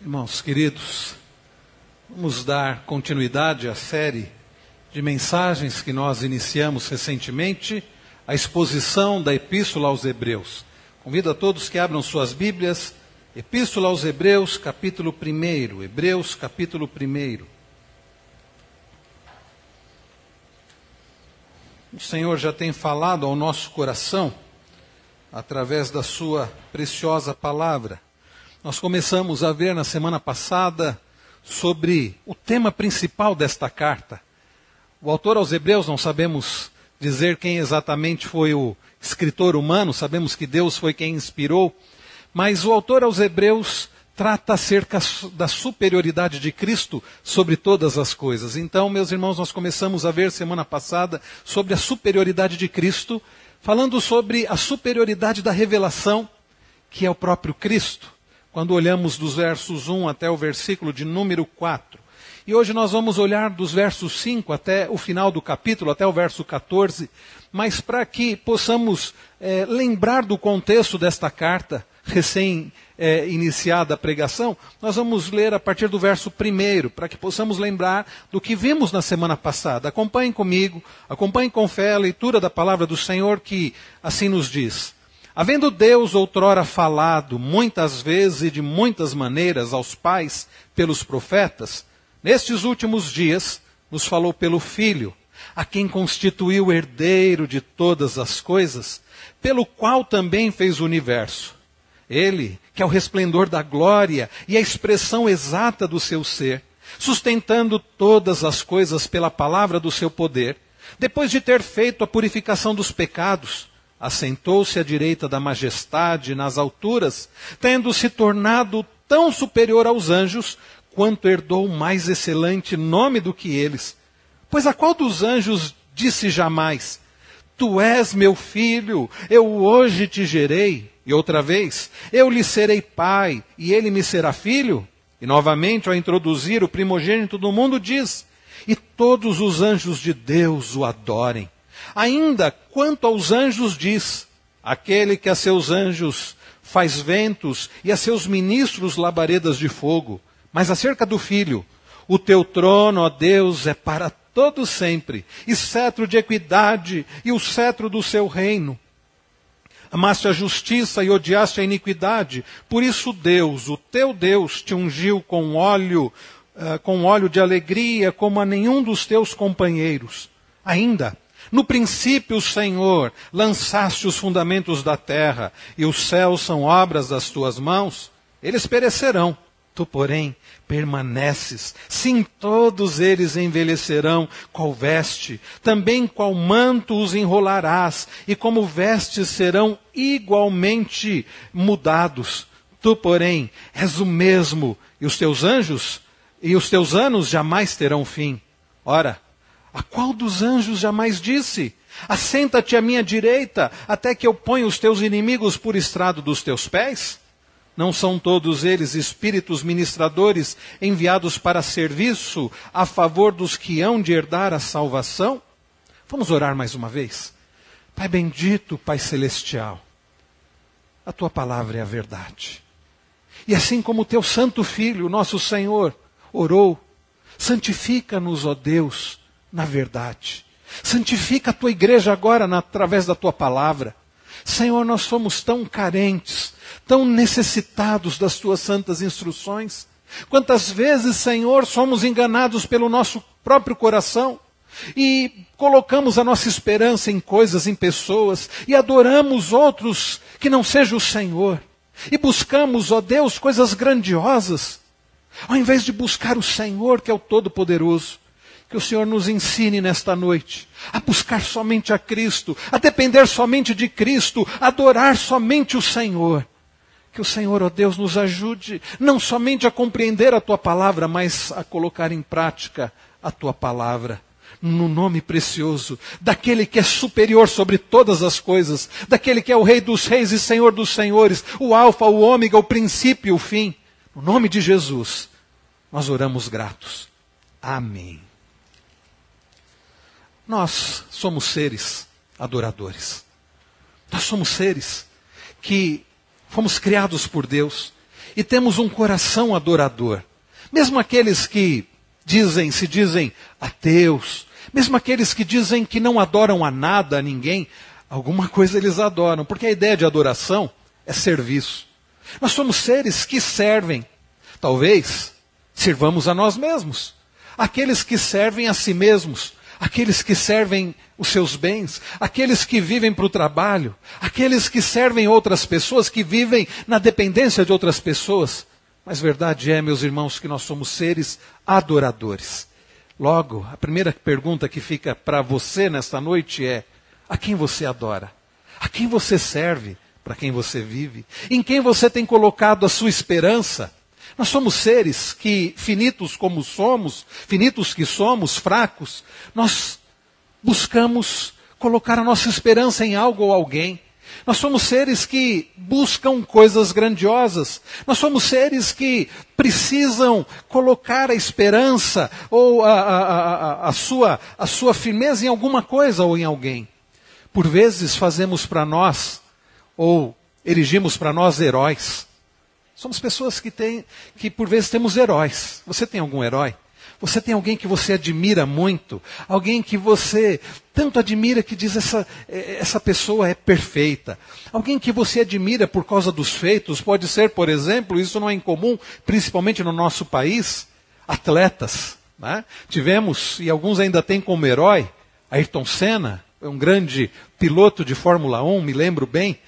Irmãos queridos, vamos dar continuidade à série de mensagens que nós iniciamos recentemente, a exposição da Epístola aos Hebreus. Convido a todos que abram suas Bíblias, Epístola aos Hebreus, capítulo 1. Hebreus, capítulo 1. O Senhor já tem falado ao nosso coração, através da sua preciosa palavra. Nós começamos a ver na semana passada sobre o tema principal desta carta. O autor aos Hebreus, não sabemos dizer quem exatamente foi o escritor humano, sabemos que Deus foi quem inspirou, mas o autor aos Hebreus trata acerca da superioridade de Cristo sobre todas as coisas. Então, meus irmãos, nós começamos a ver semana passada sobre a superioridade de Cristo, falando sobre a superioridade da revelação, que é o próprio Cristo, quando olhamos dos versos 1 até o versículo de número 4. E hoje nós vamos olhar dos versos 5 até o final do capítulo, até o verso 14, mas para que possamos lembrar do contexto desta carta, recém-iniciada a pregação, nós vamos ler a partir do verso 1, para que possamos lembrar do que vimos na semana passada. Acompanhem comigo, acompanhem com fé a leitura da palavra do Senhor, que assim nos diz: havendo Deus outrora falado muitas vezes e de muitas maneiras aos pais pelos profetas, nestes últimos dias nos falou pelo Filho, a quem constituiu herdeiro de todas as coisas, pelo qual também fez o universo. Ele, que é o resplendor da glória e a expressão exata do seu ser, sustentando todas as coisas pela palavra do seu poder, depois de ter feito a purificação dos pecados, assentou-se à direita da majestade nas alturas, tendo se tornado tão superior aos anjos, quanto herdou mais excelente nome do que eles. Pois a qual dos anjos disse jamais: tu és meu filho, eu hoje te gerei? E outra vez: eu lhe serei pai, e ele me será filho? E novamente, ao introduzir o primogênito do mundo, diz: e todos os anjos de Deus o adorem. Ainda quanto aos anjos diz: aquele que a seus anjos faz ventos e a seus ministros labaredas de fogo. Mas acerca do Filho: o teu trono, ó Deus, é para todo sempre, e cetro de equidade e o cetro do seu reino. Amaste a justiça e odiaste a iniquidade, por isso Deus, o teu Deus, te ungiu com óleo de alegria, como a nenhum dos teus companheiros. Ainda, no princípio, Senhor, lançaste os fundamentos da terra, e os céus são obras das tuas mãos. Eles perecerão, tu, porém, permaneces. Sim, todos eles envelhecerão, qual veste. Também qual manto os enrolarás, e como vestes serão igualmente mudados. Tu, porém, és o mesmo, e os teus anjos, e os teus anos jamais terão fim. Ora, a qual dos anjos jamais disse: assenta-te à minha direita, até que eu ponha os teus inimigos por estrado dos teus pés? Não são todos eles espíritos ministradores enviados para serviço a favor dos que hão de herdar a salvação? Vamos orar mais uma vez. Pai bendito, Pai celestial, a tua palavra é a verdade. E assim como o teu santo Filho, nosso Senhor, orou: santifica-nos, ó Deus, na verdade. Santifica a tua igreja agora através da tua palavra. Senhor, nós somos tão carentes, tão necessitados das tuas santas instruções. Quantas vezes, Senhor, somos enganados pelo nosso próprio coração e colocamos a nossa esperança em coisas, em pessoas, e adoramos outros que não seja o Senhor. E buscamos, ó Deus, coisas grandiosas, ao invés de buscar o Senhor, que é o Todo-Poderoso. Que o Senhor nos ensine nesta noite a buscar somente a Cristo, a depender somente de Cristo, a adorar somente o Senhor. Que o Senhor, ó Deus, nos ajude não somente a compreender a tua palavra, mas a colocar em prática a tua palavra. No nome precioso daquele que é superior sobre todas as coisas, daquele que é o Rei dos reis e Senhor dos senhores, o Alfa, o Ômega, o princípio e o fim. No nome de Jesus, nós oramos gratos. Amém. Nós somos seres adoradores. Nós somos seres que fomos criados por Deus e temos um coração adorador. Mesmo aqueles que se dizem ateus, mesmo aqueles que dizem que não adoram a nada, a ninguém, alguma coisa eles adoram, porque a ideia de adoração é serviço. Nós somos seres que servem. Talvez sirvamos a nós mesmos. Aqueles que servem a si mesmos, aqueles que servem os seus bens, aqueles que vivem para o trabalho, aqueles que servem outras pessoas, que vivem na dependência de outras pessoas. Mas verdade é, meus irmãos, que nós somos seres adoradores. Logo, a primeira pergunta que fica para você nesta noite é: a quem você adora? A quem você serve? Para quem você vive? Em quem você tem colocado a sua esperança? Nós somos seres que, finitos como somos, finitos que somos, fracos, nós buscamos colocar a nossa esperança em algo ou alguém. Nós somos seres que buscam coisas grandiosas. Nós somos seres que precisam colocar a esperança ou a sua firmeza em alguma coisa ou em alguém. Por vezes fazemos para nós, ou erigimos para nós heróis. Somos pessoas que por vezes temos heróis. Você tem algum herói? Você tem alguém que você admira muito? Alguém que você tanto admira que diz essa pessoa é perfeita? Alguém que você admira por causa dos feitos? Pode ser, por exemplo, isso não é incomum, principalmente no nosso país, atletas. Né? Tivemos, e alguns ainda têm como herói, Ayrton Senna, um grande piloto de Fórmula 1, me lembro bem,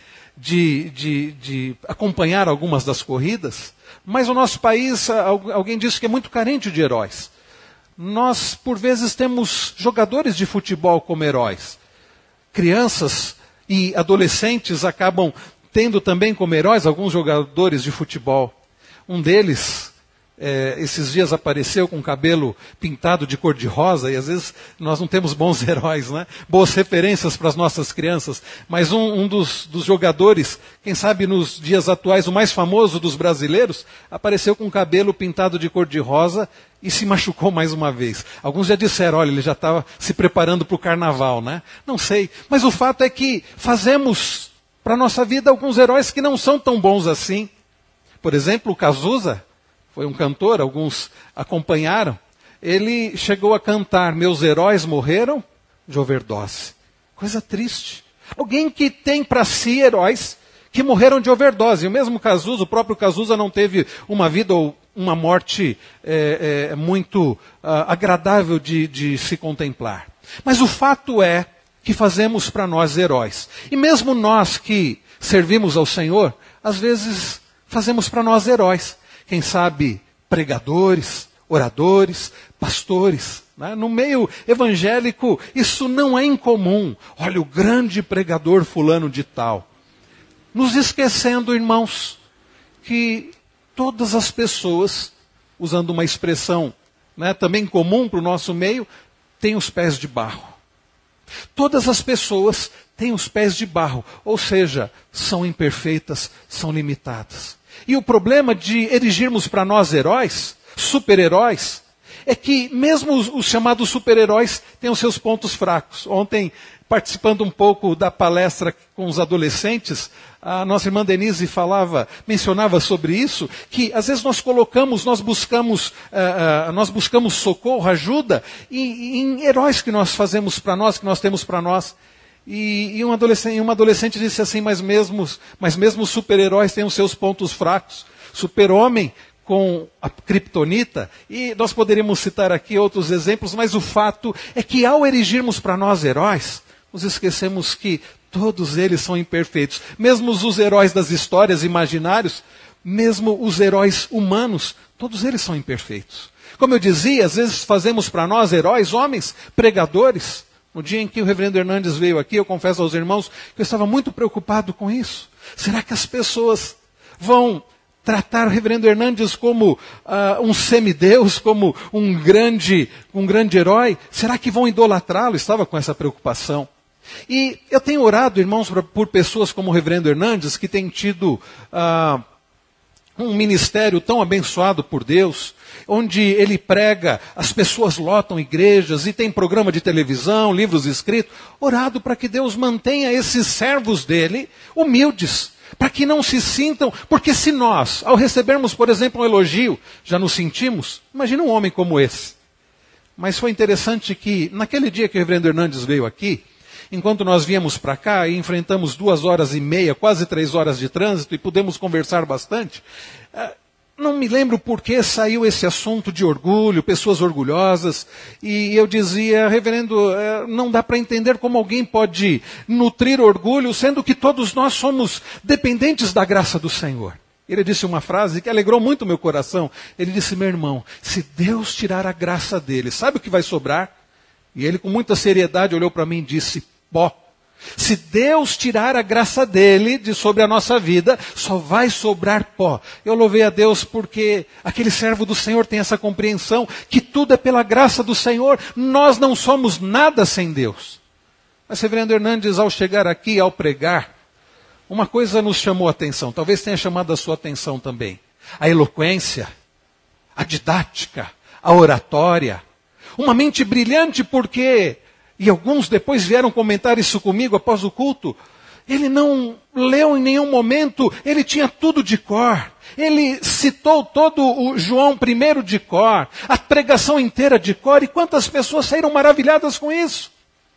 de acompanhar algumas das corridas. Mas o nosso país, alguém disse que é muito carente de heróis. Nós, por vezes, temos jogadores de futebol como heróis. Crianças e adolescentes acabam tendo também como heróis alguns jogadores de futebol. Um deles, esses dias apareceu com o cabelo pintado de cor de rosa, e às vezes nós não temos bons heróis, né? Boas referências para as nossas crianças. Mas um dos jogadores, quem sabe nos dias atuais o mais famoso dos brasileiros, apareceu com o cabelo pintado de cor de rosa e se machucou mais uma vez. Alguns já disseram, olha, ele já estava se preparando para o carnaval, né? Não sei, mas o fato é que fazemos para a nossa vida alguns heróis que não são tão bons assim. Por exemplo, o Cazuza, foi um cantor, alguns acompanharam. Ele chegou a cantar: meus heróis morreram de overdose. Coisa triste. Alguém que tem para si heróis que morreram de overdose. E o mesmo Cazuza, o próprio Cazuza não teve uma vida ou uma morte muito agradável de se contemplar. Mas o fato é que fazemos para nós heróis. E mesmo nós que servimos ao Senhor, às vezes fazemos para nós heróis. Quem sabe pregadores, oradores, pastores. Né? No meio evangélico isso não é incomum. Olha, o grande pregador fulano de tal. Nos esquecendo, irmãos, que todas as pessoas, usando uma expressão também comum para o nosso meio, têm os pés de barro. Todas as pessoas têm os pés de barro, ou seja, são imperfeitas, são limitadas. E o problema de erigirmos para nós heróis, super-heróis, é que mesmo os chamados super-heróis têm os seus pontos fracos. Ontem, participando um pouco da palestra com os adolescentes, a nossa irmã Denise mencionava sobre isso, que às vezes nós buscamos socorro, ajuda, em heróis que nós fazemos para nós, que nós temos para nós. E uma adolescente disse assim, mas mesmo os super-heróis têm os seus pontos fracos. Super-homem com a criptonita, e nós poderíamos citar aqui outros exemplos, mas o fato é que ao erigirmos para nós heróis, nos esquecemos que todos eles são imperfeitos. Mesmo os heróis das histórias imaginários, mesmo os heróis humanos, todos eles são imperfeitos. Como eu dizia, às vezes fazemos para nós heróis, homens, pregadores. No dia em que o reverendo Hernandes veio aqui, eu confesso aos irmãos que eu estava muito preocupado com isso. Será que as pessoas vão tratar o reverendo Hernandes como um semideus, como um grande herói? Será que vão idolatrá-lo? Estava com essa preocupação. E eu tenho orado, irmãos, por pessoas como o reverendo Hernandes, que têm tido um ministério tão abençoado por Deus, onde ele prega, as pessoas lotam igrejas e tem programa de televisão, livros escritos, orado para que Deus mantenha esses servos dele humildes, para que não se sintam, porque se nós, ao recebermos, por exemplo, um elogio, já nos sentimos, imagina um homem como esse. Mas foi interessante que, naquele dia que o reverendo Hernandes veio aqui, enquanto nós viemos para cá e enfrentamos 2h30, quase 3 horas de trânsito, e pudemos conversar bastante, não me lembro por que saiu esse assunto de orgulho, pessoas orgulhosas, e eu dizia, reverendo, não dá para entender como alguém pode nutrir orgulho, sendo que todos nós somos dependentes da graça do Senhor. Ele disse uma frase que alegrou muito o meu coração. Ele disse, meu irmão, se Deus tirar a graça dele, sabe o que vai sobrar? E ele com muita seriedade olhou para mim e disse, pó. Se Deus tirar a graça dele de sobre a nossa vida, só vai sobrar pó. Eu louvei a Deus porque aquele servo do Senhor tem essa compreensão que tudo é pela graça do Senhor. Nós não somos nada sem Deus. Mas reverendo Hernandes, ao chegar aqui, ao pregar, uma coisa nos chamou a atenção. Talvez tenha chamado a sua atenção também. A eloquência, a didática, a oratória. Uma mente brilhante porque... E alguns depois vieram comentar isso comigo após o culto. Ele não leu em nenhum momento, ele tinha tudo de cor. Ele citou todo o João 1 de cor, a pregação inteira de cor. E quantas pessoas saíram maravilhadas com isso?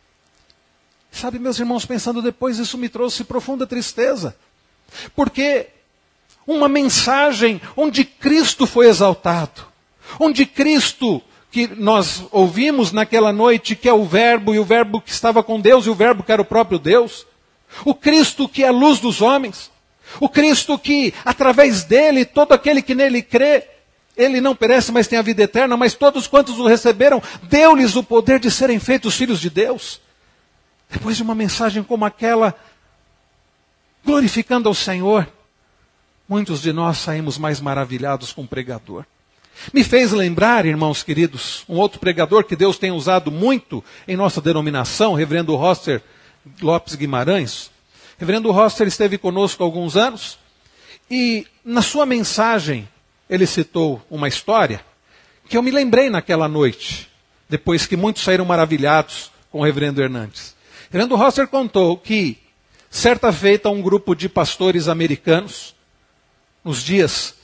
Sabe, meus irmãos, pensando depois, isso me trouxe profunda tristeza. Porque uma mensagem onde Cristo foi exaltado, onde Cristo... que nós ouvimos naquela noite, que é o Verbo, e o Verbo que estava com Deus, e o Verbo que era o próprio Deus. O Cristo que é a luz dos homens. O Cristo que, através dele, todo aquele que nele crê, ele não perece, mas tem a vida eterna, mas todos quantos o receberam, deu-lhes o poder de serem feitos filhos de Deus. Depois de uma mensagem como aquela, glorificando ao Senhor, muitos de nós saímos mais maravilhados com o pregador. Me fez lembrar, irmãos queridos, um outro pregador que Deus tem usado muito em nossa denominação, reverendo Rosser Lopes Guimarães. Reverendo Rosser esteve conosco há alguns anos e na sua mensagem ele citou uma história que eu me lembrei naquela noite, depois que muitos saíram maravilhados com o reverendo Hernandes. Reverendo Rosser contou que, certa feita, um grupo de pastores americanos, nos dias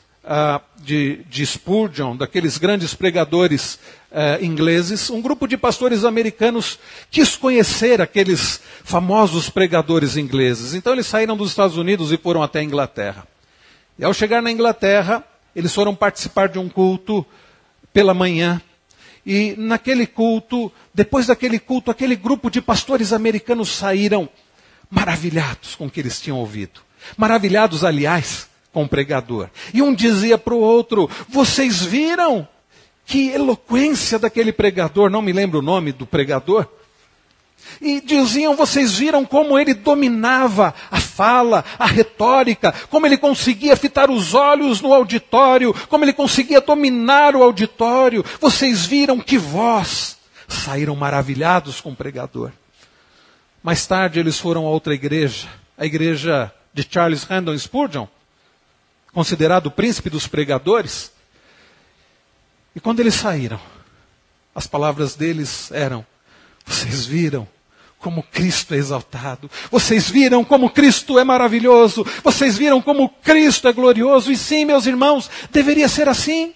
de Spurgeon, daqueles grandes pregadores ingleses, um grupo de pastores americanos quis conhecer aqueles famosos pregadores ingleses. Então eles saíram dos Estados Unidos e foram até a Inglaterra. E ao chegar na Inglaterra, eles foram participar de um culto pela manhã. E naquele culto, depois daquele culto, aquele grupo de pastores americanos saíram maravilhados com o que eles tinham ouvido. Maravilhados, aliás, com o pregador. E um dizia para o outro, vocês viram que eloquência daquele pregador, não me lembro o nome do pregador. E diziam, vocês viram como ele dominava a fala, a retórica, como ele conseguia fitar os olhos no auditório, como ele conseguia dominar o auditório. Vocês viram que voz. Saíram maravilhados com o pregador. Mais tarde eles foram a outra igreja, a igreja de Charles Haddon Spurgeon, considerado o príncipe dos pregadores. E quando eles saíram, as palavras deles eram, vocês viram como Cristo é exaltado, vocês viram como Cristo é maravilhoso, vocês viram como Cristo é glorioso. E sim, meus irmãos, deveria ser assim.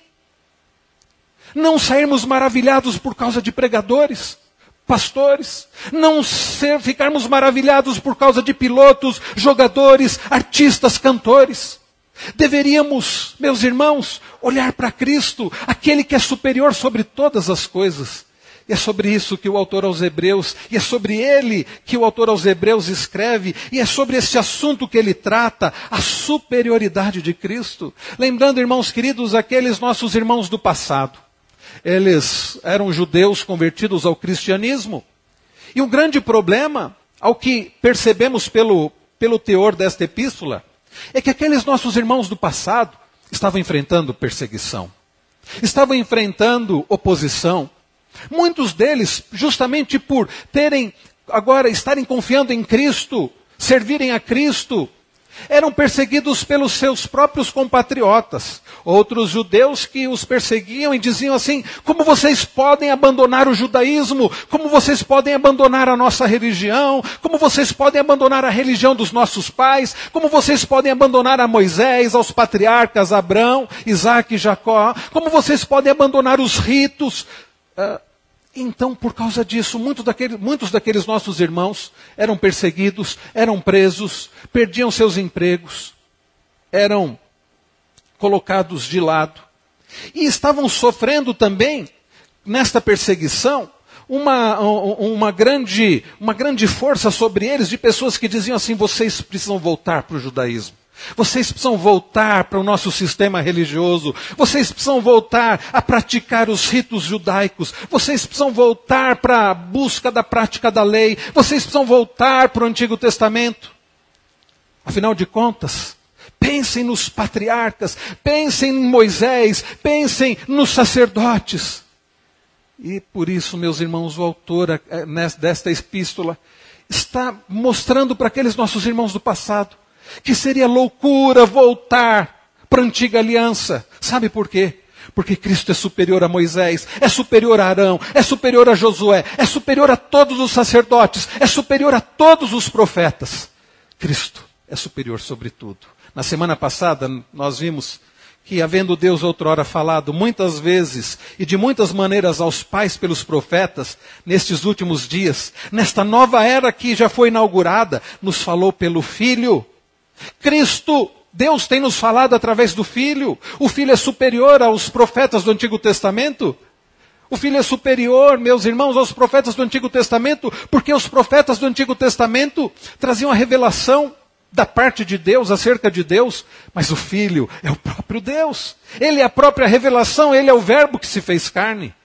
Não sairmos maravilhados por causa de pregadores, pastores, não ficarmos maravilhados por causa de pilotos, jogadores, artistas, cantores. Deveríamos, meus irmãos, olhar para Cristo, aquele que é superior sobre todas as coisas. E é sobre isso que o autor aos Hebreus, e é sobre ele que o autor aos Hebreus escreve, e é sobre esse assunto que ele trata, a superioridade de Cristo. Lembrando, irmãos queridos, aqueles nossos irmãos do passado. Eles eram judeus convertidos ao cristianismo. E um grande problema, ao que percebemos pelo teor desta epístola, é que aqueles nossos irmãos do passado estavam enfrentando perseguição, estavam enfrentando oposição. Muitos deles, justamente por estarem confiando em Cristo, servirem a Cristo, Eram perseguidos pelos seus próprios compatriotas. Outros judeus que os perseguiam e diziam assim: como vocês podem abandonar o judaísmo? Como vocês podem abandonar a nossa religião? Como vocês podem abandonar a religião dos nossos pais? Como vocês podem abandonar a Moisés, aos patriarcas Abraão, Isaac e Jacó? Como vocês podem abandonar os ritos? Então, por causa disso, muitos daqueles nossos irmãos eram perseguidos, eram presos, perdiam seus empregos, eram colocados de lado. E estavam sofrendo também, nesta perseguição, uma grande força sobre eles, de pessoas que diziam assim: vocês precisam voltar para o judaísmo. Vocês precisam voltar para o nosso sistema religioso. Vocês precisam voltar a praticar os ritos judaicos. Vocês precisam voltar para a busca da prática da lei. Vocês precisam voltar para o Antigo Testamento. Afinal de contas, pensem nos patriarcas, pensem em Moisés, pensem nos sacerdotes. E por isso, meus irmãos, o autor desta epístola está mostrando para aqueles nossos irmãos do passado que seria loucura voltar para a antiga aliança. Sabe por quê? Porque Cristo é superior a Moisés, é superior a Arão, é superior a Josué, é superior a todos os sacerdotes, é superior a todos os profetas. Cristo é superior sobre tudo. Na semana passada nós vimos que, havendo Deus outrora falado muitas vezes e de muitas maneiras aos pais pelos profetas, nestes últimos dias, nesta nova era que já foi inaugurada, nos falou pelo Filho. Cristo, Deus tem nos falado através do Filho. O Filho é superior aos profetas do Antigo Testamento. O Filho é superior, meus irmãos, aos profetas do Antigo Testamento, porque os profetas do Antigo Testamento traziam a revelação da parte de Deus acerca de Deus, mas o Filho é o próprio Deus. Ele é a própria revelação, ele é o Verbo que se fez carne.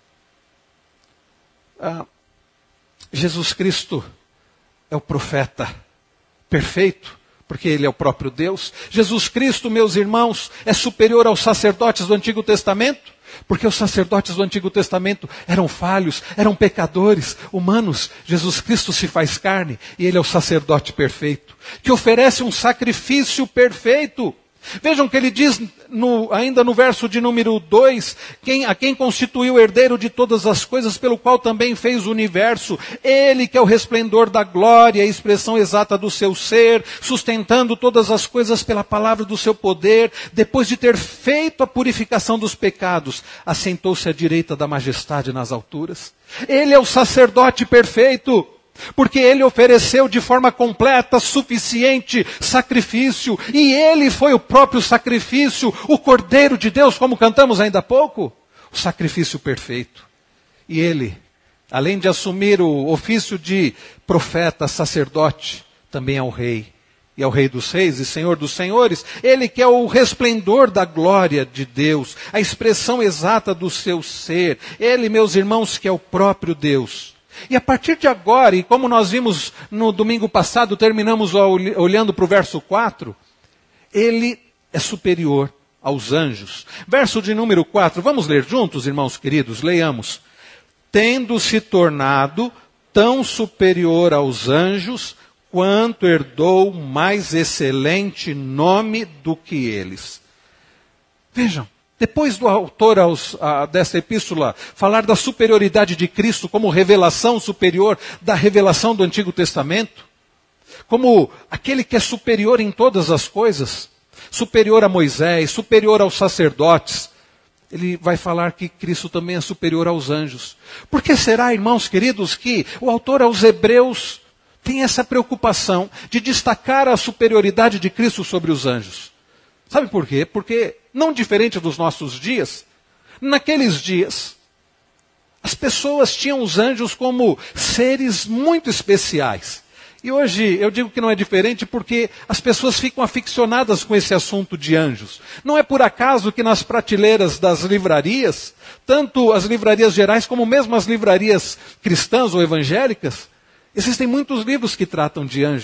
Jesus Cristo é o profeta perfeito, porque ele é o próprio Deus. Jesus Cristo, meus irmãos, é superior aos sacerdotes do Antigo Testamento, porque os sacerdotes do Antigo Testamento eram falhos, eram pecadores, humanos. Jesus Cristo se faz carne e ele é o sacerdote perfeito, que oferece um sacrifício perfeito. Vejam que ele diz ainda no verso de número 2, a quem constituiu o herdeiro de todas as coisas, pelo qual também fez o universo. Ele que é o resplendor da glória, a expressão exata do seu ser, sustentando todas as coisas pela palavra do seu poder, depois de ter feito a purificação dos pecados, assentou-se à direita da majestade nas alturas. Ele é o sacerdote perfeito, porque ele ofereceu de forma completa, suficiente sacrifício, e ele foi o próprio sacrifício, o Cordeiro de Deus, como cantamos ainda há pouco, o sacrifício perfeito. E ele, além de assumir o ofício de profeta, sacerdote, também é o rei, e é o Rei dos Reis e Senhor dos Senhores. Ele que é o resplendor da glória de Deus, a expressão exata do seu ser. Ele, meus irmãos, que é o próprio Deus. E a partir de agora, e como nós vimos no domingo passado, terminamos olhando para o verso 4, ele é superior aos anjos. Verso de número 4, vamos ler juntos, irmãos queridos, leiamos. Tendo se tornado tão superior aos anjos, quanto herdou mais excelente nome do que eles. Vejam. Depois do autor dessa epístola falar da superioridade de Cristo como revelação superior da revelação do Antigo Testamento, como aquele que é superior em todas as coisas, superior a Moisés, superior aos sacerdotes, ele vai falar que Cristo também é superior aos anjos. Por que será, irmãos queridos, que o autor aos Hebreus tem essa preocupação de destacar a superioridade de Cristo sobre os anjos? Sabe por quê? Porque, não diferente dos nossos dias, naqueles dias, as pessoas tinham os anjos como seres muito especiais. E hoje eu digo que não é diferente porque as pessoas ficam aficionadas com esse assunto de anjos. Não é por acaso que nas prateleiras das livrarias, tanto as livrarias gerais como mesmo as livrarias cristãs ou evangélicas, existem muitos livros que tratam de anjos.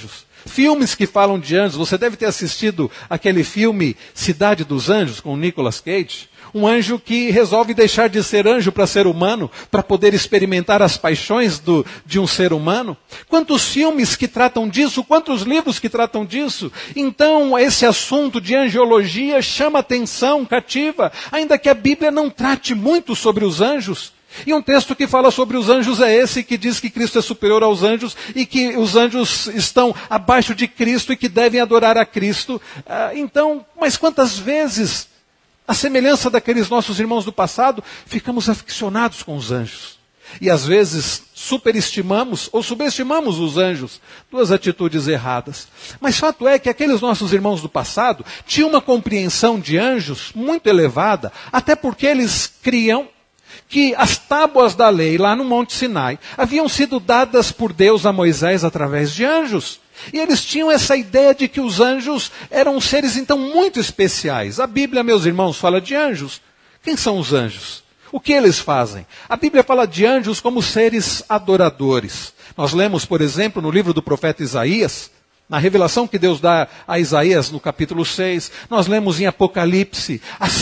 Filmes que falam de anjos. Você deve ter assistido aquele filme Cidade dos Anjos, com o Nicolas Cage. Um anjo que resolve deixar de ser anjo para ser humano, para poder experimentar as paixões de um ser humano. Quantos filmes que tratam disso, quantos livros que tratam disso. Então, esse assunto de angiologia chama atenção, cativa, ainda que a Bíblia não trate muito sobre os anjos. E um texto que fala sobre os anjos é esse, que diz que Cristo é superior aos anjos e que os anjos estão abaixo de Cristo e que devem adorar a Cristo. Então, mas quantas vezes, à semelhança daqueles nossos irmãos do passado, ficamos aficionados com os anjos. E às vezes superestimamos ou subestimamos os anjos. Duas atitudes erradas. Mas fato é que aqueles nossos irmãos do passado tinham uma compreensão de anjos muito elevada, até porque eles criam que as tábuas da lei lá no Monte Sinai haviam sido dadas por Deus a Moisés através de anjos. E eles tinham essa ideia de que os anjos eram seres então muito especiais. A Bíblia, meus irmãos, fala de anjos. Quem são os anjos? O que eles fazem? A Bíblia fala de anjos como seres adoradores. Nós lemos, por exemplo, no livro do profeta Isaías, na revelação que Deus dá a Isaías no capítulo 6, nós lemos em Apocalipse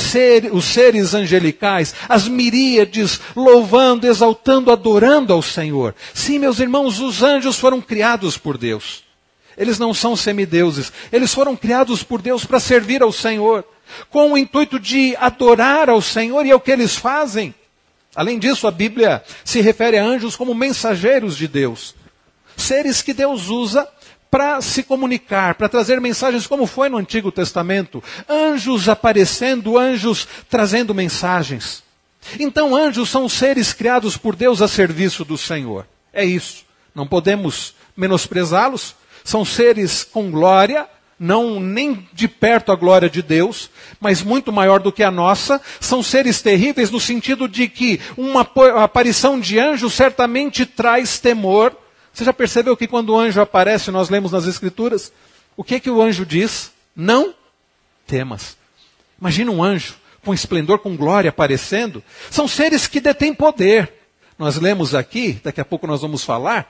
os seres angelicais, as miríades louvando, exaltando, adorando ao Senhor. Sim, meus irmãos, os anjos foram criados por Deus. Eles não são semideuses. Eles foram criados por Deus para servir ao Senhor, com o intuito de adorar ao Senhor, e é o que eles fazem. Além disso, a Bíblia se refere a anjos como mensageiros de Deus. Seres que Deus usa para se comunicar, para trazer mensagens, como foi no Antigo Testamento. Anjos aparecendo, anjos trazendo mensagens. Então, anjos são seres criados por Deus a serviço do Senhor. É isso. Não podemos menosprezá-los. São seres com glória, não nem de perto a glória de Deus, mas muito maior do que a nossa. São seres terríveis no sentido de que uma aparição de anjo certamente traz temor. Você já percebeu que quando o anjo aparece, nós lemos nas Escrituras, o que o anjo diz? Não temas. Imagina um anjo com esplendor, com glória aparecendo. São seres que detêm poder. Nós lemos aqui, daqui a pouco nós vamos falar,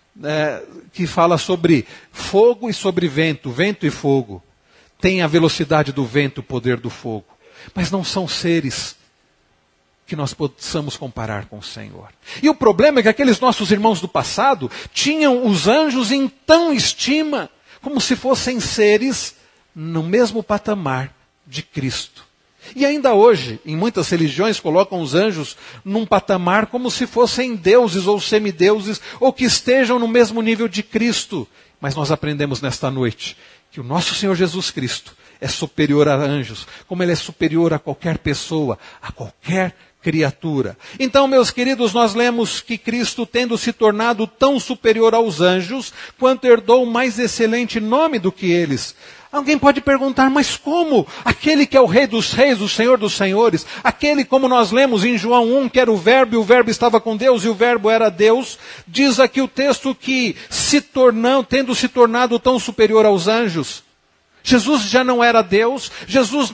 que fala sobre fogo e sobre vento e fogo. Tem a velocidade do vento, o poder do fogo. Mas não são seres que nós possamos comparar com o Senhor. E o problema é que aqueles nossos irmãos do passado tinham os anjos em tão estima, como se fossem seres no mesmo patamar de Cristo. E ainda hoje, em muitas religiões, colocam os anjos num patamar como se fossem deuses ou semideuses, ou que estejam no mesmo nível de Cristo. Mas nós aprendemos nesta noite que o nosso Senhor Jesus Cristo é superior a anjos, como Ele é superior a qualquer pessoa, a qualquer criatura. Então, meus queridos, nós lemos que Cristo, tendo se tornado tão superior aos anjos, quanto herdou o mais excelente nome do que eles. Alguém pode perguntar, mas como? Aquele que é o Rei dos Reis, o Senhor dos Senhores, aquele, como nós lemos em João 1, que era o Verbo, e o Verbo estava com Deus, e o Verbo era Deus, diz aqui o texto que, tendo se tornado tão superior aos anjos, Jesus já não era Deus, Jesus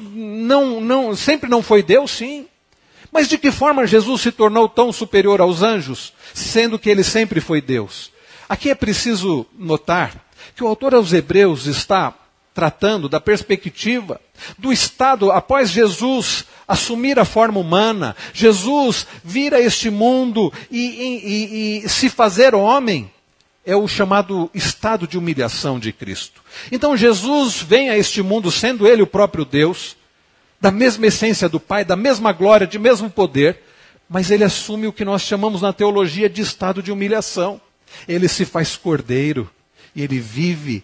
sempre não foi Deus, sim. Mas de que forma Jesus se tornou tão superior aos anjos, sendo que ele sempre foi Deus? Aqui é preciso notar que o autor aos Hebreus está tratando da perspectiva do estado após Jesus assumir a forma humana, Jesus vir a este mundo e se fazer homem. É o chamado estado de humilhação de Cristo. Então Jesus vem a este mundo sendo ele o próprio Deus, da mesma essência do Pai, da mesma glória, de mesmo poder, mas ele assume o que nós chamamos na teologia de estado de humilhação. Ele se faz cordeiro, e ele vive,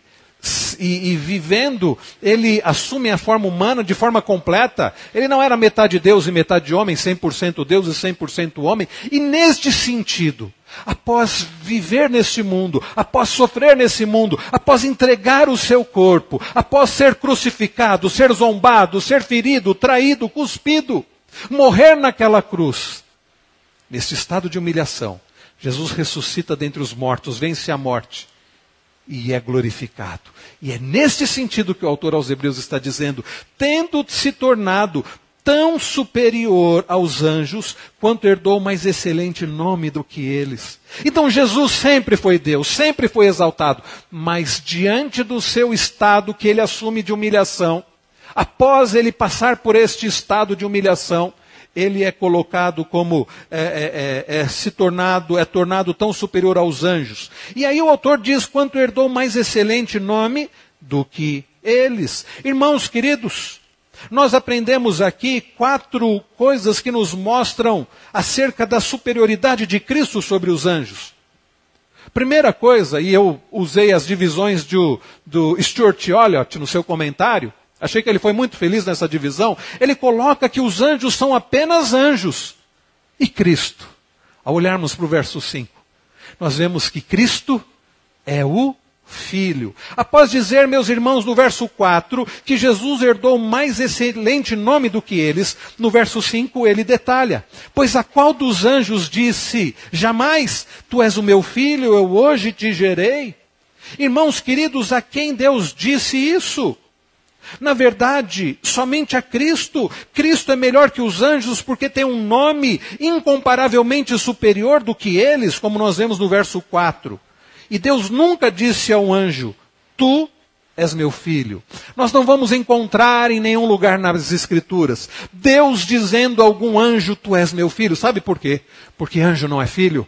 e vivendo, ele assume a forma humana de forma completa. Ele não era metade Deus e metade homem, 100% Deus e 100% homem, e neste sentido, após viver neste mundo, após sofrer nesse mundo, após entregar o seu corpo, após ser crucificado, ser zombado, ser ferido, traído, cuspido, morrer naquela cruz, nesse estado de humilhação, Jesus ressuscita dentre os mortos, vence a morte e é glorificado. E é neste sentido que o autor aos Hebreus está dizendo, tendo se tornado tão superior aos anjos, quanto herdou mais excelente nome do que eles. Então Jesus sempre foi Deus, sempre foi exaltado, mas diante do seu estado que ele assume de humilhação, após ele passar por este estado de humilhação, ele é colocado como, tornado tão superior aos anjos. E aí o autor diz, quanto herdou mais excelente nome do que eles. Irmãos queridos, nós aprendemos aqui 4 coisas que nos mostram acerca da superioridade de Cristo sobre os anjos. Primeira coisa, e eu usei as divisões do Stuart Olyott no seu comentário, achei que ele foi muito feliz nessa divisão, ele coloca que os anjos são apenas anjos. E Cristo, ao olharmos para o verso 5, nós vemos que Cristo é o Filho. Após dizer, meus irmãos, no verso 4, que Jesus herdou mais excelente nome do que eles, no verso 5 ele detalha, pois a qual dos anjos disse, jamais, tu és o meu filho, eu hoje te gerei? Irmãos queridos, a quem Deus disse isso? Na verdade, somente a Cristo. Cristo é melhor que os anjos porque tem um nome incomparavelmente superior do que eles, como nós vemos no verso 4. E Deus nunca disse ao anjo, tu és meu filho. Nós não vamos encontrar em nenhum lugar nas Escrituras Deus dizendo a algum anjo, tu és meu filho. Sabe por quê? Porque anjo não é filho.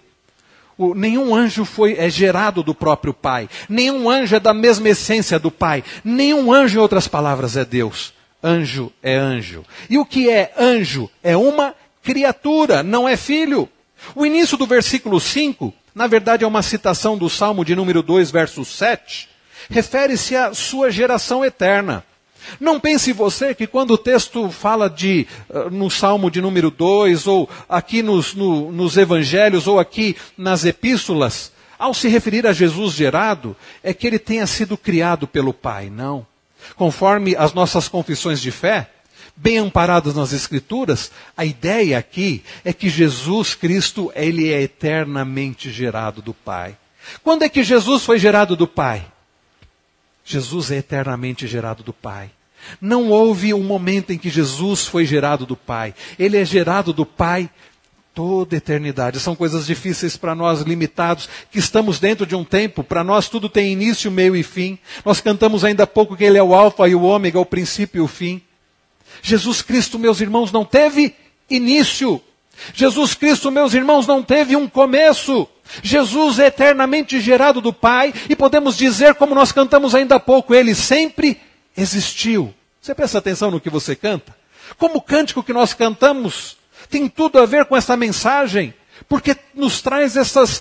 Nenhum anjo é gerado do próprio Pai. Nenhum anjo é da mesma essência do Pai. Nenhum anjo, em outras palavras, é Deus. Anjo é anjo. E o que é anjo? É uma criatura, não é filho. O início do versículo 5, na verdade é uma citação do Salmo de número 2, verso 7, refere-se à sua geração eterna. Não pense você que quando o texto fala no Salmo de número 2, ou aqui nos Evangelhos, ou aqui nas Epístolas, ao se referir a Jesus gerado, é que ele tenha sido criado pelo Pai. Não. Conforme as nossas confissões de fé, bem amparadas nas Escrituras, a ideia aqui é que Jesus Cristo, ele é eternamente gerado do Pai. Quando é que Jesus foi gerado do Pai? Jesus é eternamente gerado do Pai. Não houve um momento em que Jesus foi gerado do Pai. Ele é gerado do Pai toda a eternidade. São coisas difíceis para nós, limitados, que estamos dentro de um tempo. Para nós tudo tem início, meio e fim. Nós cantamos ainda há pouco que Ele é o alfa e o ômega, o princípio e o fim. Jesus Cristo, meus irmãos, não teve início. Jesus Cristo, meus irmãos, não teve um começo. Jesus é eternamente gerado do Pai e podemos dizer, como nós cantamos ainda há pouco, Ele sempre existiu. Você presta atenção no que você canta? Como o cântico que nós cantamos tem tudo a ver com essa mensagem, porque nos traz essas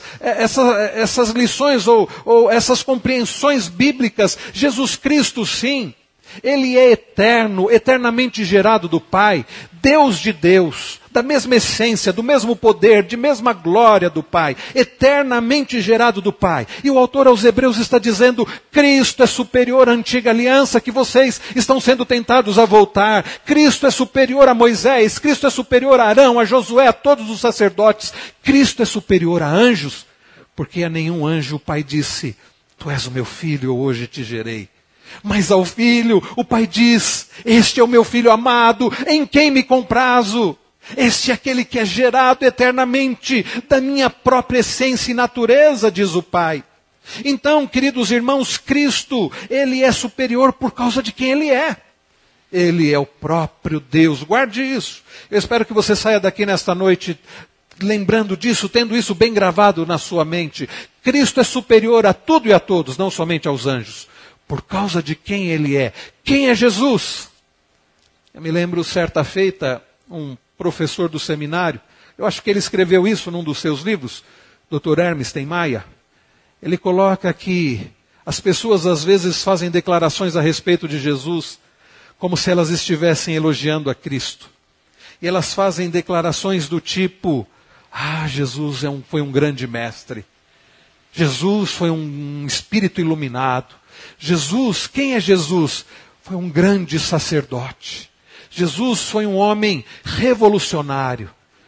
lições ou essas compreensões bíblicas. Jesus Cristo, sim, Ele é eterno, eternamente gerado do Pai, Deus de Deus, da mesma essência, do mesmo poder, de mesma glória do Pai, eternamente gerado do Pai. E o autor aos Hebreus está dizendo, Cristo é superior à antiga aliança que vocês estão sendo tentados a voltar. Cristo é superior a Moisés, Cristo é superior a Arão, a Josué, a todos os sacerdotes. Cristo é superior a anjos, porque a nenhum anjo o Pai disse, tu és o meu filho, eu hoje te gerei. Mas ao Filho, o Pai diz, este é o meu Filho amado, em quem me comprazo. Este é aquele que é gerado eternamente da minha própria essência e natureza, diz o Pai. Então, queridos irmãos, Cristo, Ele é superior por causa de quem Ele é. Ele é o próprio Deus, guarde isso. Eu espero que você saia daqui nesta noite lembrando disso, tendo isso bem gravado na sua mente. Cristo é superior a tudo e a todos, não somente aos anjos. Por causa de quem Ele é. Quem é Jesus? Eu me lembro, certa feita, um professor do seminário, eu acho que ele escreveu isso num dos seus livros, Dr. Hermes Maia. Ele coloca que as pessoas às vezes fazem declarações a respeito de Jesus, como se elas estivessem elogiando a Cristo. E elas fazem declarações do tipo, Jesus foi um grande mestre. Jesus foi um espírito iluminado. Jesus, quem é Jesus? Foi um grande sacerdote. Jesus foi um homem revolucionário.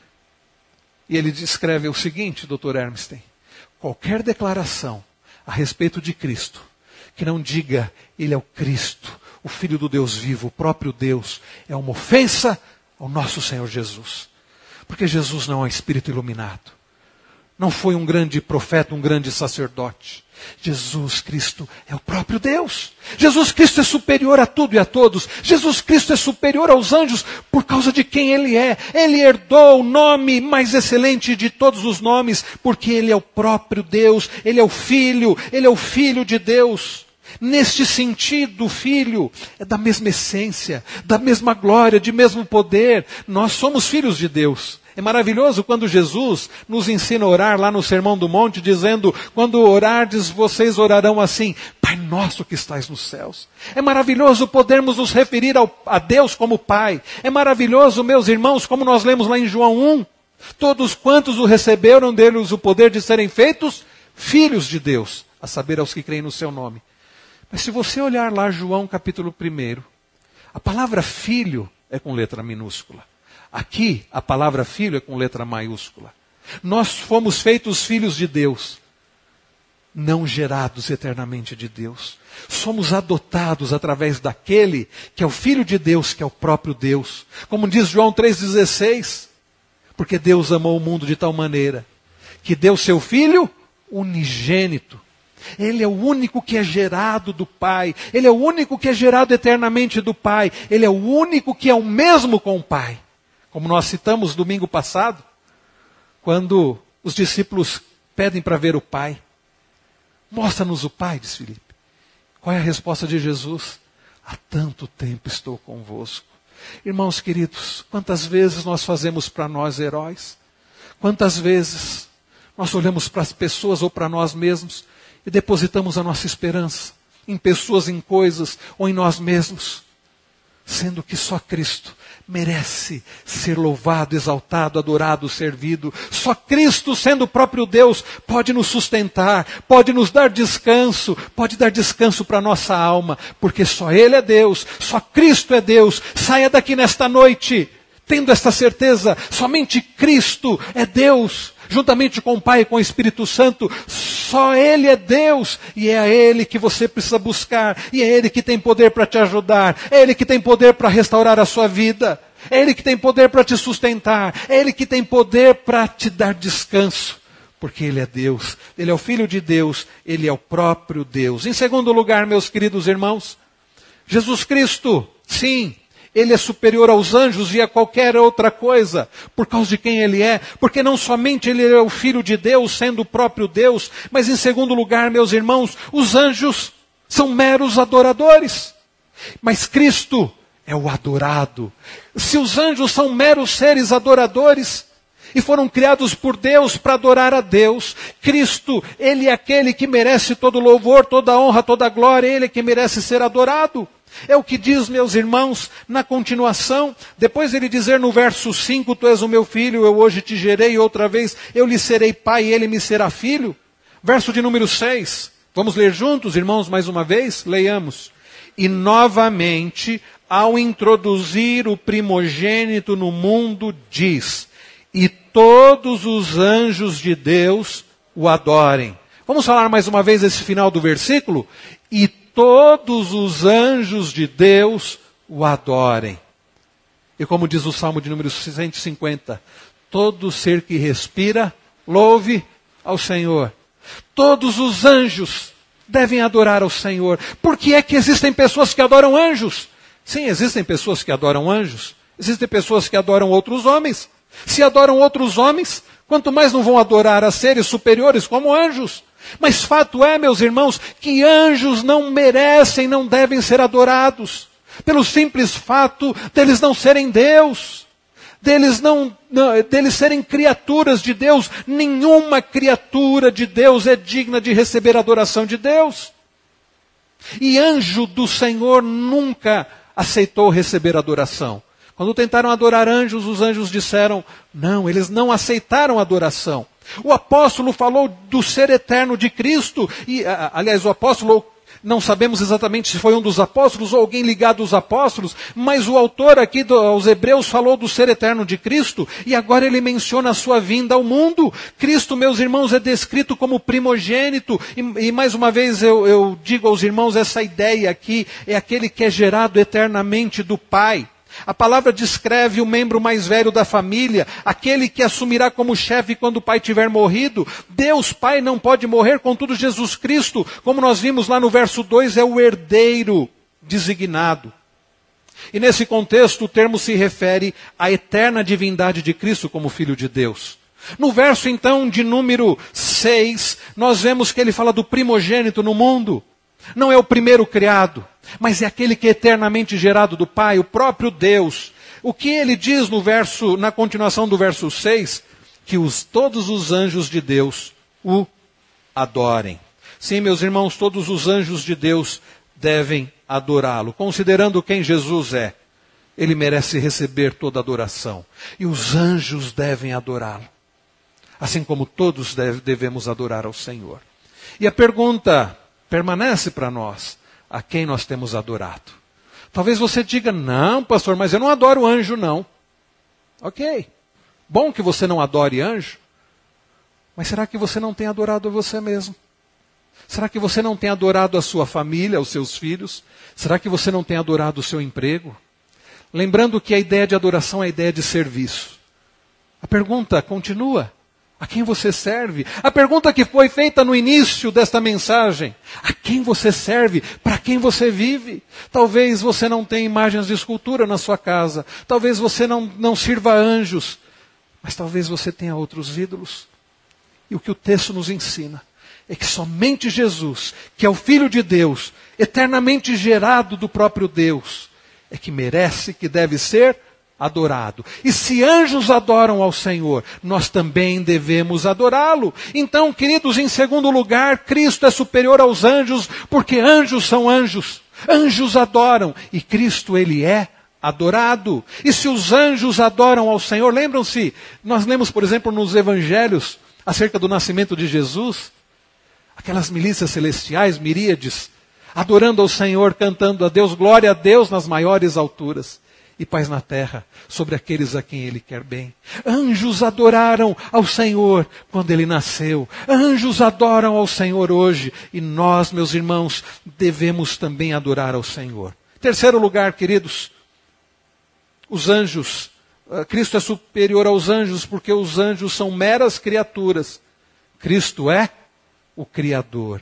E ele descreve o seguinte, Dr. Hermstein, qualquer declaração a respeito de Cristo, que não diga, Ele é o Cristo, o Filho do Deus vivo, o próprio Deus, é uma ofensa ao nosso Senhor Jesus. Porque Jesus não é um espírito iluminado. Não foi um grande profeta, um grande sacerdote. Jesus Cristo é o próprio Deus. Jesus Cristo é superior a tudo e a todos. Jesus Cristo é superior aos anjos por causa de quem Ele é. Ele herdou o nome mais excelente de todos os nomes, porque Ele é o próprio Deus. Ele é o Filho de Deus. Neste sentido, o Filho é da mesma essência, da mesma glória, de mesmo poder. Nós somos filhos de Deus. É maravilhoso quando Jesus nos ensina a orar lá no Sermão do Monte, dizendo, quando orardes, vocês orarão assim, Pai nosso que estais nos céus. É maravilhoso podermos nos referir a Deus como Pai. É maravilhoso, meus irmãos, como nós lemos lá em João 1, todos quantos o receberam deles o poder de serem feitos filhos de Deus, a saber, aos que creem no seu nome. Mas se você olhar lá João capítulo 1, a palavra filho é com letra minúscula. Aqui, a palavra filho é com letra maiúscula. Nós fomos feitos filhos de Deus, não gerados eternamente de Deus. Somos adotados através daquele que é o Filho de Deus, que é o próprio Deus. Como diz João 3,16, porque Deus amou o mundo de tal maneira que deu seu Filho unigênito. Ele é o único que é gerado do Pai. Ele é o único que é gerado eternamente do Pai. Ele é o único que é o mesmo com o Pai. Como nós citamos domingo passado, quando os discípulos pedem para ver o Pai. Mostra-nos o Pai, diz Filipe. Qual é a resposta de Jesus? Há tanto tempo estou convosco. Irmãos queridos, quantas vezes nós fazemos para nós heróis? Quantas vezes nós olhamos para as pessoas ou para nós mesmos e depositamos a nossa esperança em pessoas, em coisas ou em nós mesmos, sendo que só Cristo merece ser louvado, exaltado, adorado, servido. Só Cristo, sendo o próprio Deus, pode nos sustentar, pode nos dar descanso, pode dar descanso para a nossa alma, porque só Ele é Deus, só Cristo é Deus. Saia daqui nesta noite tendo esta certeza, somente Cristo é Deus, juntamente com o Pai e com o Espírito Santo. Só Ele é Deus, e é a Ele que você precisa buscar, e é Ele que tem poder para te ajudar, é Ele que tem poder para restaurar a sua vida, é Ele que tem poder para te sustentar, é Ele que tem poder para te dar descanso, porque Ele é Deus, Ele é o Filho de Deus, Ele é o próprio Deus. Em segundo lugar, meus queridos irmãos, Jesus Cristo, sim, Ele é superior aos anjos e a qualquer outra coisa, por causa de quem Ele é, porque não somente Ele é o Filho de Deus, sendo o próprio Deus, mas em segundo lugar, meus irmãos, os anjos são meros adoradores, mas Cristo é o adorado. Se os anjos são meros seres adoradores, e foram criados por Deus para adorar a Deus, Cristo, Ele é aquele que merece todo louvor, toda honra, toda glória, Ele é que merece ser adorado. É o que diz, meus irmãos, na continuação, depois ele dizer no verso 5, tu és o meu filho, eu hoje te gerei, e outra vez eu lhe serei pai e ele me será filho. Verso de número 6, vamos ler juntos, irmãos, mais uma vez? Leiamos. E novamente, ao introduzir o primogênito no mundo, diz, e todos os anjos de Deus o adorem. Vamos falar mais uma vez esse final do versículo? E todos os anjos de Deus o adorem. E como diz o Salmo de número 150, todo ser que respira, louve ao Senhor. Todos os anjos devem adorar ao Senhor. Por que é que existem pessoas que adoram anjos? Sim, existem pessoas que adoram anjos. Existem pessoas que adoram outros homens. Se adoram outros homens, quanto mais não vão adorar a seres superiores como anjos. Mas fato é, meus irmãos, que anjos não merecem, não devem ser adorados. Pelo simples fato deles não serem Deus. Deles serem criaturas de Deus. Nenhuma criatura de Deus é digna de receber a adoração de Deus. E anjo do Senhor nunca aceitou receber adoração. Quando tentaram adorar anjos, os anjos disseram, não, eles não aceitaram adoração. O apóstolo falou do ser eterno de Cristo, e, aliás, o apóstolo, não sabemos exatamente se foi um dos apóstolos ou alguém ligado aos apóstolos, mas o autor aqui aos Hebreus falou do ser eterno de Cristo, e agora ele menciona a sua vinda ao mundo. Cristo, meus irmãos, é descrito como primogênito, e mais uma vez eu digo aos irmãos, essa ideia aqui é aquele que é gerado eternamente do Pai. A palavra descreve o membro mais velho da família, aquele que assumirá como chefe quando o pai tiver morrido. Deus Pai não pode morrer, contudo Jesus Cristo, como nós vimos lá no verso 2, é o herdeiro designado. E nesse contexto o termo se refere à eterna divindade de Cristo como Filho de Deus. No verso então de número 6, nós vemos que ele fala do primogênito no mundo. Não é o primeiro criado, mas é aquele que é eternamente gerado do Pai, o próprio Deus. O que ele diz na continuação do verso 6? Que todos os anjos de Deus o adorem. Sim, meus irmãos, todos os anjos de Deus devem adorá-lo. Considerando quem Jesus é, ele merece receber toda adoração. E os anjos devem adorá-lo. Assim como todos devemos adorar ao Senhor. E a pergunta permanece para nós: a quem nós temos adorado? Talvez você diga: não, pastor, mas eu não adoro anjo, não. Ok, bom que você não adore anjo, mas será que você não tem adorado a você mesmo? Será que você não tem adorado a sua família, os seus filhos? Será que você não tem adorado o seu emprego? Lembrando que a ideia de adoração é a ideia de serviço. A pergunta continua: a quem você serve? A pergunta que foi feita no início desta mensagem: a quem você serve? Para quem você vive? Talvez você não tenha imagens de escultura na sua casa. Talvez você não sirva a anjos. Mas talvez você tenha outros ídolos. E o que o texto nos ensina é que somente Jesus, que é o Filho de Deus, eternamente gerado do próprio Deus, é que merece, que deve ser adorado. E se anjos adoram ao Senhor, nós também devemos adorá-lo. Então, queridos, em segundo lugar, Cristo é superior aos anjos, porque anjos são anjos. Anjos adoram, e Cristo, ele é adorado. E se os anjos adoram ao Senhor, lembram-se, nós lemos, por exemplo, nos evangelhos, acerca do nascimento de Jesus, aquelas milícias celestiais, miríades, adorando ao Senhor, cantando a Deus, glória a Deus nas maiores alturas, e paz na terra sobre aqueles a quem ele quer bem. Anjos adoraram ao Senhor quando ele nasceu. Anjos adoram ao Senhor hoje. E nós, meus irmãos, devemos também adorar ao Senhor. Terceiro lugar, queridos, os anjos. Cristo é superior aos anjos porque os anjos são meras criaturas. Cristo é o Criador.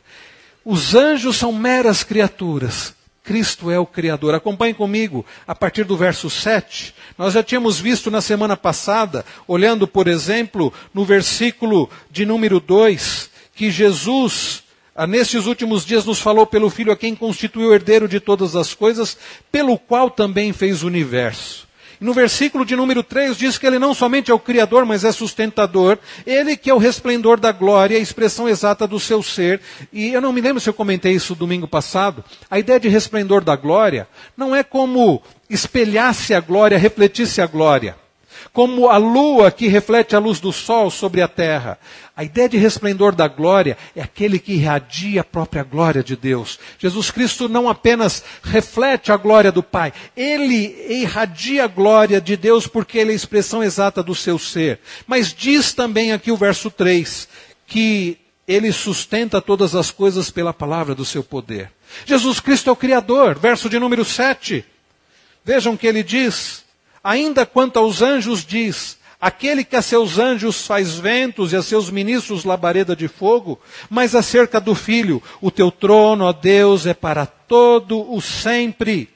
Os anjos são meras criaturas. Cristo é o Criador. Acompanhe comigo, a partir do verso 7. Nós já tínhamos visto na semana passada, olhando, por exemplo, no versículo de número 2, que Jesus, nesses últimos dias, nos falou pelo Filho a quem constituiu o herdeiro de todas as coisas, pelo qual também fez o universo. No versículo de número 3 diz que ele não somente é o Criador, mas é sustentador. Ele que é o resplendor da glória, a expressão exata do seu ser. E eu não me lembro se eu comentei isso domingo passado. A ideia de resplendor da glória não é como espelhasse a glória, refletisse a glória. Como a lua que reflete a luz do sol sobre a terra. A ideia de resplendor da glória é aquele que irradia a própria glória de Deus. Jesus Cristo não apenas reflete a glória do Pai, ele irradia a glória de Deus porque ele é a expressão exata do seu ser. Mas diz também aqui o verso 3, que ele sustenta todas as coisas pela palavra do seu poder. Jesus Cristo é o Criador, verso de número 7. Vejam que ele diz: ainda quanto aos anjos diz, aquele que a seus anjos faz ventos e a seus ministros labareda de fogo, mas acerca do Filho, o teu trono, ó Deus, é para todo o sempre.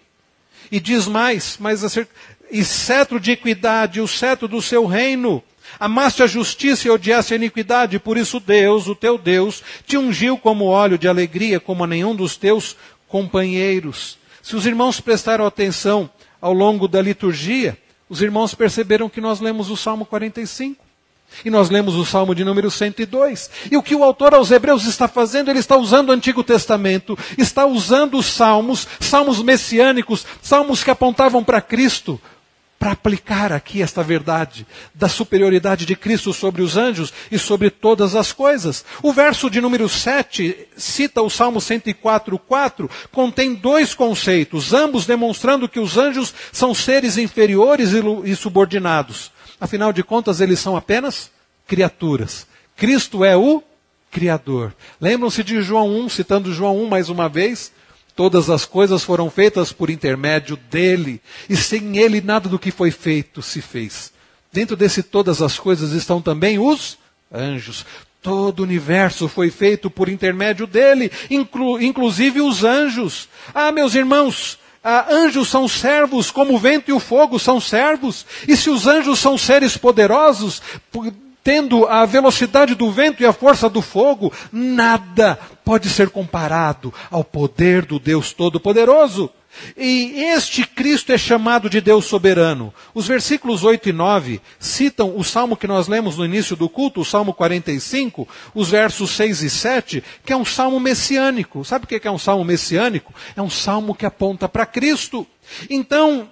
E diz mais, e cetro de equidade, o cetro do seu reino. Amaste a justiça e odiaste a iniquidade, por isso Deus, o teu Deus, te ungiu como óleo de alegria, como a nenhum dos teus companheiros. Se os irmãos prestaram atenção ao longo da liturgia, os irmãos perceberam que nós lemos o Salmo 45. E nós lemos o Salmo de número 102. E o que o autor aos Hebreus está fazendo, ele está usando o Antigo Testamento, está usando os salmos messiânicos, salmos que apontavam para Cristo, para aplicar aqui esta verdade da superioridade de Cristo sobre os anjos e sobre todas as coisas. O verso de número 7 cita o Salmo 104:4, contém dois conceitos, ambos demonstrando que os anjos são seres inferiores e subordinados. Afinal de contas, eles são apenas criaturas. Cristo é o Criador. Lembram-se de João 1, citando João 1 mais uma vez? Todas as coisas foram feitas por intermédio dele, e sem ele nada do que foi feito se fez. Dentro desse todas as coisas estão também os anjos. Todo o universo foi feito por intermédio dele, inclusive os anjos. Meus irmãos, anjos são servos, como o vento e o fogo são servos. E se os anjos são seres poderosos, tendo a velocidade do vento e a força do fogo, nada pode ser comparado ao poder do Deus Todo-Poderoso. E este Cristo é chamado de Deus soberano. Os versículos 8 e 9 citam o salmo que nós lemos no início do culto, o Salmo 45, os versos 6 e 7, que é um salmo messiânico. Sabe o que é um salmo messiânico? É um salmo que aponta para Cristo. Então,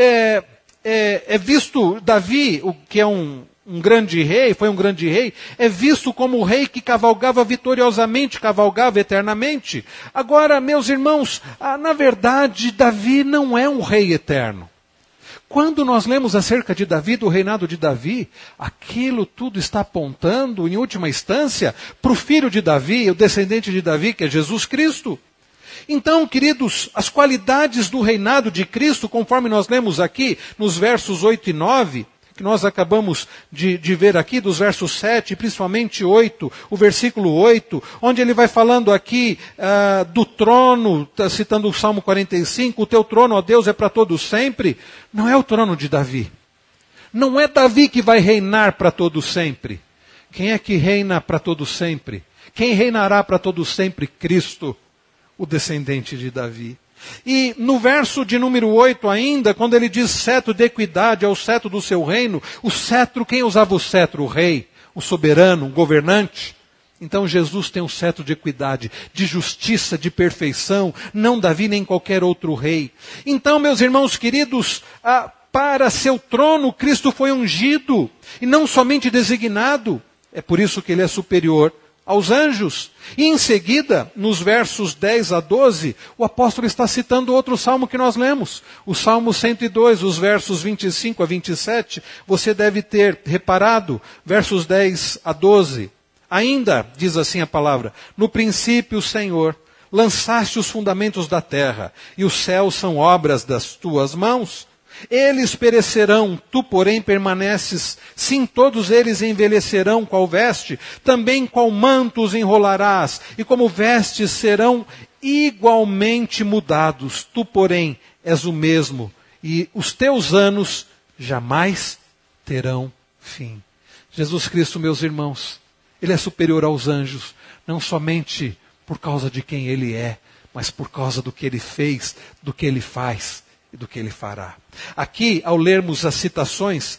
é visto Davi, o que é um grande rei, foi um grande rei, é visto como o rei que cavalgava vitoriosamente, cavalgava eternamente. Agora, meus irmãos, na verdade, Davi não é um rei eterno. Quando nós lemos acerca de Davi, do reinado de Davi, aquilo tudo está apontando, em última instância, para o filho de Davi, o descendente de Davi, que é Jesus Cristo. Então, queridos, as qualidades do reinado de Cristo, conforme nós lemos aqui nos versos 8 e 9, que nós acabamos de ver aqui, dos versos 7, principalmente 8, o versículo 8, onde ele vai falando aqui do trono, citando o Salmo 45, o teu trono, ó Deus, é para todo sempre. Não é o trono de Davi. Não é Davi que vai reinar para todo sempre. Quem é que reina para todo sempre? Quem reinará para todo sempre? Cristo, o descendente de Davi. E no verso de número 8 ainda, quando ele diz cetro de equidade ao cetro do seu reino, o cetro, quem usava o cetro? O rei, o soberano, o governante. Então Jesus tem um cetro de equidade, de justiça, de perfeição, não Davi nem qualquer outro rei. Então, meus irmãos queridos, para seu trono Cristo foi ungido, e não somente designado. É por isso que ele é superior aos anjos. E em seguida, nos versos 10 a 12, o apóstolo está citando outro salmo que nós lemos. O Salmo 102, os versos 25 a 27, você deve ter reparado, versos 10 a 12. Ainda, diz assim a palavra, no princípio, Senhor, lançaste os fundamentos da terra, e os céus são obras das tuas mãos. Eles perecerão, tu, porém, permaneces. Sim, todos eles envelhecerão qual veste, também qual manto os enrolarás, e como vestes serão igualmente mudados. Tu, porém, és o mesmo, e os teus anos jamais terão fim. Jesus Cristo, meus irmãos, ele é superior aos anjos, não somente por causa de quem ele é, mas por causa do que ele fez, do que ele faz e do que ele fará. Aqui, ao lermos as citações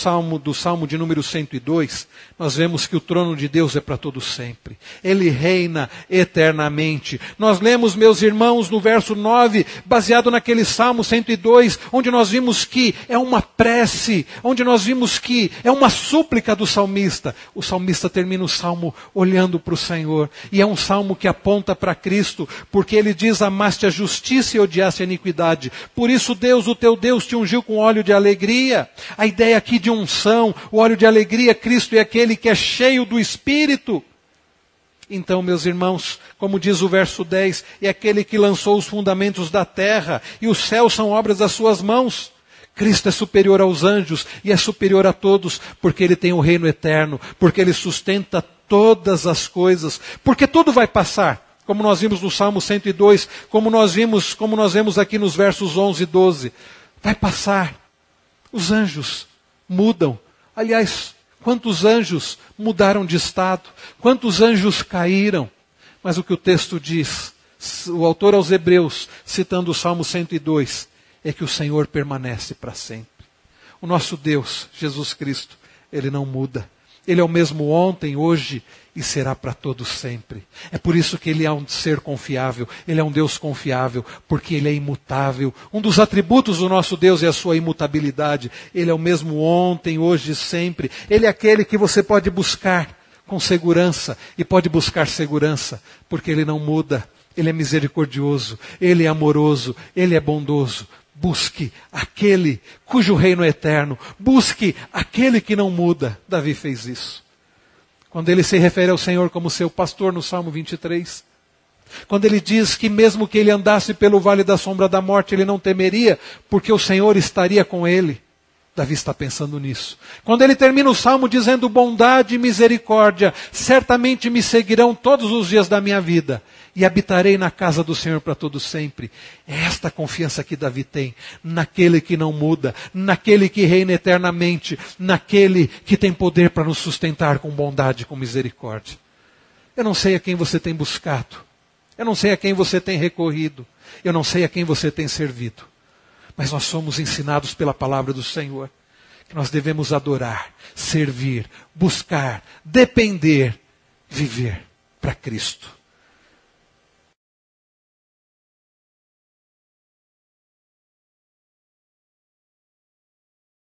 do Salmo de número 102, nós vemos que o trono de Deus é para todo sempre. Ele reina eternamente. Nós lemos, meus irmãos, no verso 9, baseado naquele Salmo 102, onde nós vimos que é uma prece, onde nós vimos que é uma súplica do salmista. O salmista termina o salmo olhando para o Senhor. E é um salmo que aponta para Cristo, porque ele diz, amaste a justiça e odiaste a iniquidade. Por isso Deus, o teu Deus, te ungiu com óleo de alegria. A ideia aqui de unção, o óleo de alegria, Cristo é aquele que é cheio do Espírito. Então, meus irmãos, como diz o verso 10, é aquele que lançou os fundamentos da terra, e os céus são obras das suas mãos. Cristo é superior aos anjos, e é superior a todos, porque ele tem o reino eterno, porque ele sustenta todas as coisas, porque tudo vai passar. Como nós vimos no Salmo 102, como nós vemos aqui nos versos 11 e 12. Vai passar. Os anjos mudam. Aliás, quantos anjos mudaram de estado? Quantos anjos caíram? Mas o que o texto diz, o autor aos Hebreus, citando o Salmo 102, é que o Senhor permanece para sempre. O nosso Deus, Jesus Cristo, ele não muda. Ele é o mesmo ontem, hoje e será para todos sempre. É por isso que ele é um ser confiável. Ele é um Deus confiável, porque ele é imutável. Um dos atributos do nosso Deus é a sua imutabilidade. Ele é o mesmo ontem, hoje e sempre. Ele é aquele que você pode buscar com segurança e pode buscar segurança, porque ele não muda. Ele é misericordioso, ele é amoroso, ele é bondoso. Busque aquele cujo reino é eterno. Busque aquele que não muda. Davi fez isso. Quando ele se refere ao Senhor como seu pastor no Salmo 23, Quando ele diz que mesmo que ele andasse pelo vale da sombra da morte, ele não temeria, porque o Senhor estaria com ele. Davi está pensando nisso. Quando ele termina o salmo dizendo: bondade e misericórdia certamente me seguirão todos os dias da minha vida, e habitarei na casa do Senhor para todo sempre. É esta confiança que Davi tem naquele que não muda, naquele que reina eternamente, naquele que tem poder para nos sustentar com bondade e com misericórdia. Eu não sei a quem você tem buscado, eu não sei a quem você tem recorrido, eu não sei a quem você tem servido. Mas nós somos ensinados pela palavra do Senhor que nós devemos adorar, servir, buscar, depender, viver para Cristo.